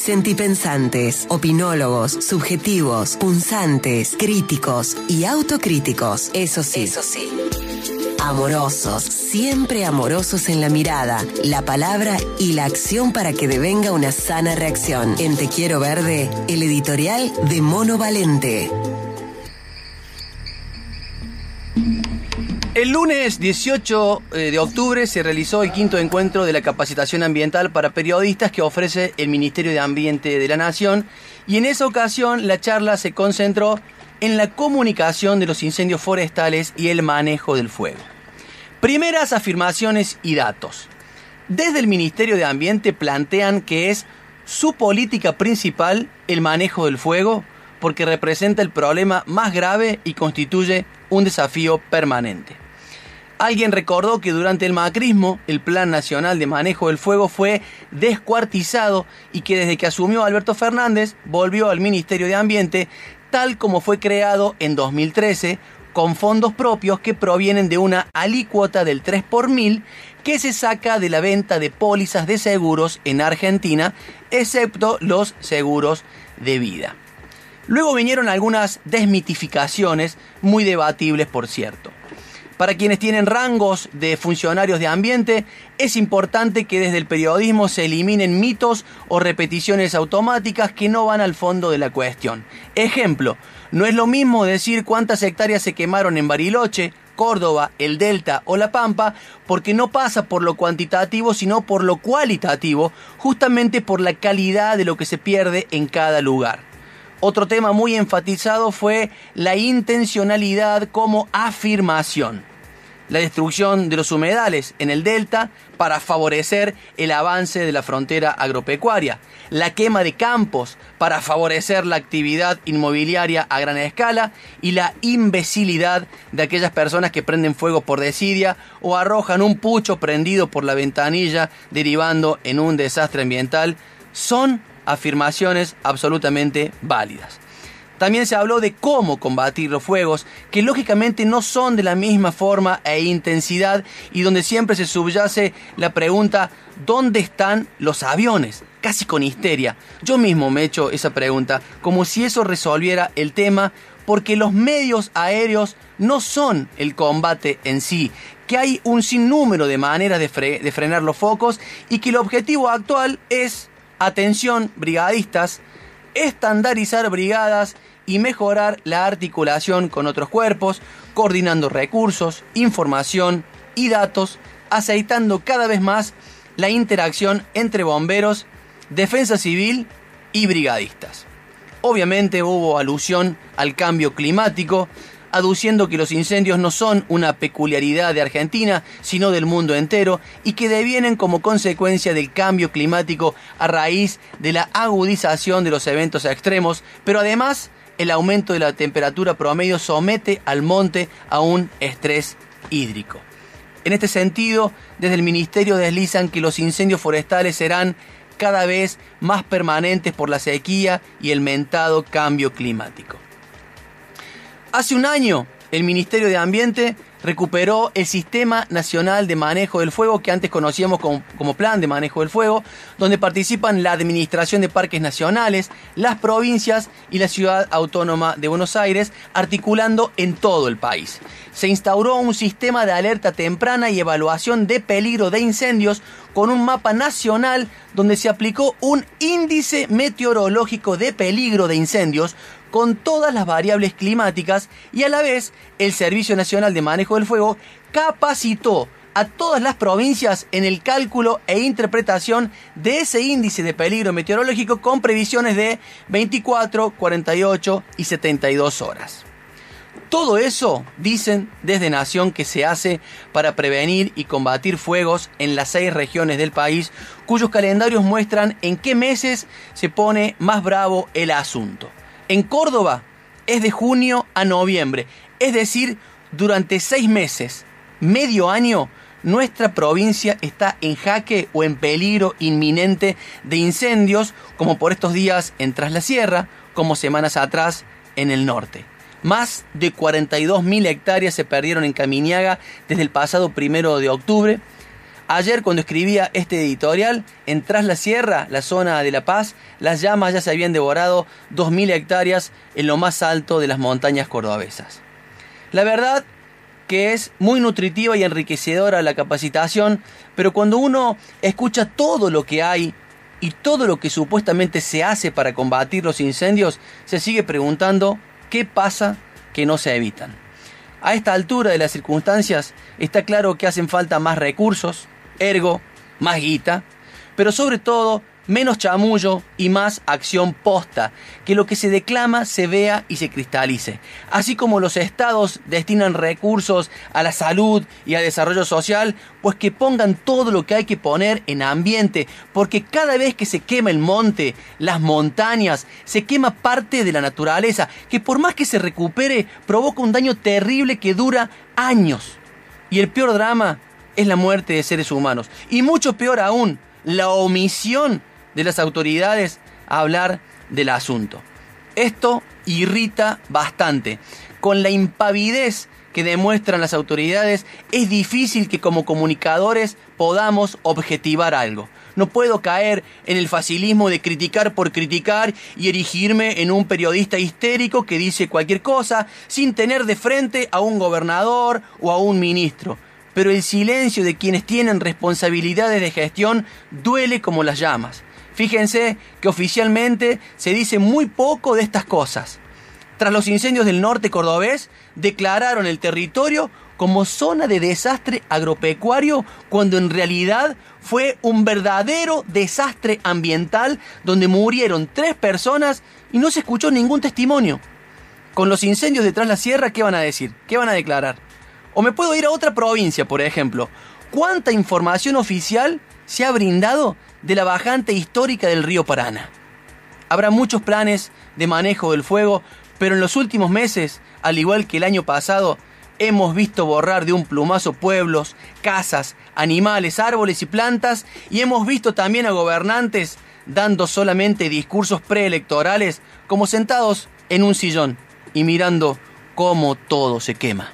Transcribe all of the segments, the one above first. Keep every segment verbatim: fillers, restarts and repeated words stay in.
Sentipensantes, opinólogos, subjetivos, punzantes, críticos y autocríticos. Eso sí. Eso sí. Amorosos, siempre amorosos en la mirada, la palabra y la acción para que devenga una sana reacción. En Te Quiero Verde, el editorial de Mono Valente. El lunes dieciocho de octubre se realizó el quinto encuentro de la capacitación ambiental para periodistas que ofrece el Ministerio de Ambiente de la Nación, y en esa ocasión la charla se concentró en la comunicación de los incendios forestales y el manejo del fuego. Primeras afirmaciones y datos. Desde el Ministerio de Ambiente plantean que es su política principal el manejo del fuego porque representa el problema más grave y constituye un desafío permanente. Alguien recordó que durante el macrismo el Plan Nacional de Manejo del Fuego fue descuartizado y que desde que asumió Alberto Fernández volvió al Ministerio de Ambiente tal como fue creado en dos mil trece con fondos propios que provienen de una alícuota del tres por mil que se saca de la venta de pólizas de seguros en Argentina, excepto los seguros de vida. Luego vinieron algunas desmitificaciones, muy debatibles por cierto. Para quienes tienen rangos de funcionarios de ambiente, es importante que desde el periodismo se eliminen mitos o repeticiones automáticas que no van al fondo de la cuestión. Ejemplo, no es lo mismo decir cuántas hectáreas se quemaron en Bariloche, Córdoba, el Delta o La Pampa, porque no pasa por lo cuantitativo, sino por lo cualitativo, justamente por la calidad de lo que se pierde en cada lugar. Otro tema muy enfatizado fue la intencionalidad como afirmación. La destrucción de los humedales en el delta para favorecer el avance de la frontera agropecuaria. La quema de campos para favorecer la actividad inmobiliaria a gran escala. Y la imbecilidad de aquellas personas que prenden fuego por desidia o arrojan un pucho prendido por la ventanilla derivando en un desastre ambiental. Son afirmaciones absolutamente válidas. También se habló de cómo combatir los fuegos, que lógicamente no son de la misma forma e intensidad y donde siempre se subyace la pregunta ¿dónde están los aviones? Casi con histeria. Yo mismo me he hecho esa pregunta, como si eso resolviera el tema, porque los medios aéreos no son el combate en sí, que hay un sinnúmero de maneras de, fre- de frenar los focos y que el objetivo actual es, atención brigadistas, estandarizar brigadas y mejorar la articulación con otros cuerpos, coordinando recursos, información y datos, aceitando cada vez más la interacción entre bomberos, defensa civil y brigadistas. Obviamente hubo alusión al cambio climático, aduciendo que los incendios no son una peculiaridad de Argentina, sino del mundo entero, y que devienen como consecuencia del cambio climático a raíz de la agudización de los eventos extremos, pero además el aumento de la temperatura promedio somete al monte a un estrés hídrico. En este sentido, desde el Ministerio deslizan que los incendios forestales serán cada vez más permanentes por la sequía y el mentado cambio climático. Hace un año, el Ministerio de Ambiente recuperó el Sistema Nacional de Manejo del Fuego, que antes conocíamos como, como Plan de Manejo del Fuego, donde participan la Administración de Parques Nacionales, las provincias y la Ciudad Autónoma de Buenos Aires, articulando en todo el país. Se instauró un sistema de alerta temprana y evaluación de peligro de incendios con un mapa nacional donde se aplicó un índice meteorológico de peligro de incendios con todas las variables climáticas, y a la vez el Servicio Nacional de Manejo del Fuego capacitó a todas las provincias en el cálculo e interpretación de ese índice de peligro meteorológico con previsiones de veinticuatro, cuarenta y ocho y setenta y dos horas. Todo eso, dicen desde Nación, que se hace para prevenir y combatir fuegos en las seis regiones del país, cuyos calendarios muestran en qué meses se pone más bravo el asunto. En Córdoba es de junio a noviembre, es decir, durante seis meses, medio año, nuestra provincia está en jaque o en peligro inminente de incendios, como por estos días en Tras la Sierra, como semanas atrás en el norte. Más de cuarenta y dos mil hectáreas se perdieron en Caminiaga desde el pasado primero de octubre. Ayer, cuando escribía este editorial, en Tras la Sierra, la zona de La Paz, las llamas ya se habían devorado dos mil hectáreas en lo más alto de las montañas cordobesas. La verdad que es muy nutritiva y enriquecedora la capacitación, pero cuando uno escucha todo lo que hay y todo lo que supuestamente se hace para combatir los incendios, se sigue preguntando qué pasa que no se evitan. A esta altura de las circunstancias está claro que hacen falta más recursos, ergo, más guita, pero sobre todo menos chamullo y más acción posta, que lo que se declama se vea y se cristalice. Así como los estados destinan recursos a la salud y al desarrollo social, pues que pongan todo lo que hay que poner en ambiente, porque cada vez que se quema el monte, las montañas, se quema parte de la naturaleza, que por más que se recupere, provoca un daño terrible que dura años. Y el peor drama es la muerte de seres humanos. Y mucho peor aún, la omisión de las autoridades a hablar del asunto. Esto irrita bastante. Con la impavidez que demuestran las autoridades, es difícil que como comunicadores podamos objetivar algo. No puedo caer en el facilismo de criticar por criticar y erigirme en un periodista histérico que dice cualquier cosa sin tener de frente a un gobernador o a un ministro. Pero el silencio de quienes tienen responsabilidades de gestión duele como las llamas. Fíjense que oficialmente se dice muy poco de estas cosas. Tras los incendios del norte cordobés, declararon el territorio como zona de desastre agropecuario, cuando en realidad fue un verdadero desastre ambiental donde murieron tres personas y no se escuchó ningún testimonio. Con los incendios de Tras la Sierra, ¿qué van a decir? ¿Qué van a declarar? O me puedo ir a otra provincia, por ejemplo. ¿Cuánta información oficial se ha brindado de la bajante histórica del río Paraná? Habrá muchos planes de manejo del fuego, pero en los últimos meses, al igual que el año pasado, hemos visto borrar de un plumazo pueblos, casas, animales, árboles y plantas, y hemos visto también a gobernantes dando solamente discursos preelectorales, como sentados en un sillón y mirando cómo todo se quema.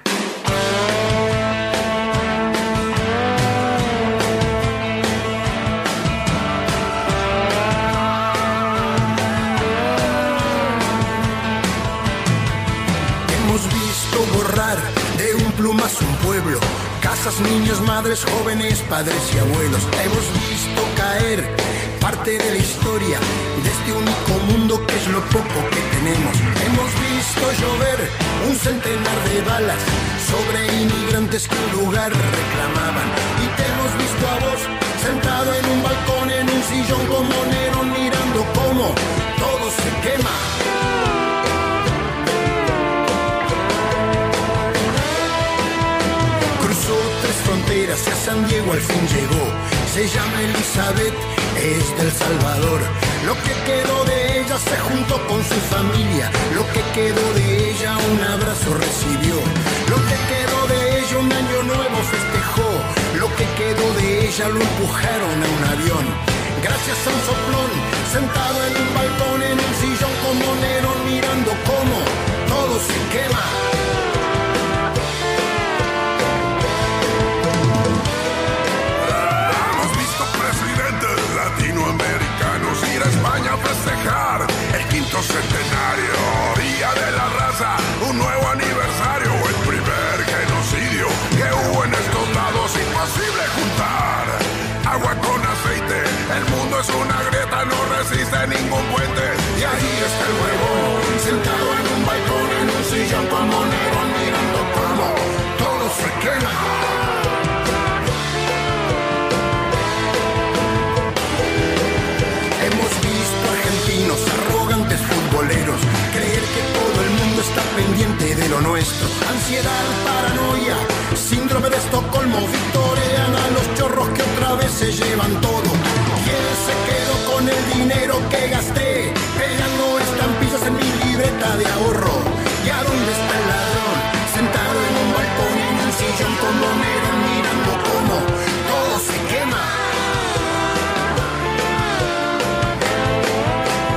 De un plumazo un pueblo, casas, niños, madres, jóvenes, padres y abuelos. Hemos visto caer parte de la historia de este único mundo que es lo poco que tenemos. Hemos visto llover un centenar de balas sobre inmigrantes que un lugar reclamaban. Y te hemos visto a vos sentado en un balcón, en un sillón como Nerón, mirando cómo todo se quema. Hacia San Diego al fin llegó. Se llama Elizabeth, es del Salvador. Lo que quedó de ella se juntó con su familia. Lo que quedó de ella un abrazo recibió. Lo que quedó de ella un año nuevo festejó. Lo que quedó de ella lo empujaron a un avión. Gracias a un soplón, sentado en un balcón, en un sillón como Nerón, mirando cómo todo se quema. Latinoamericanos ir a España a festejar el quinto centenario, Día de la Raza, un nuevo aniversario, el primer genocidio que hubo en estos lados, imposible juntar agua con aceite, el mundo es una grieta, no resiste ningún puente, y ahí está el huevón, sentado en un balcón, en un sillón como Nerón, mirando cómo todo se quema. Arrogantes futboleros, creer que todo el mundo está pendiente de lo nuestro. Ansiedad, paranoia, síndrome de Estocolmo, victorean a los chorros que otra vez se llevan todo. ¿Quién se quedó con el dinero que gasté pegando estampillas en mi libreta de ahorro?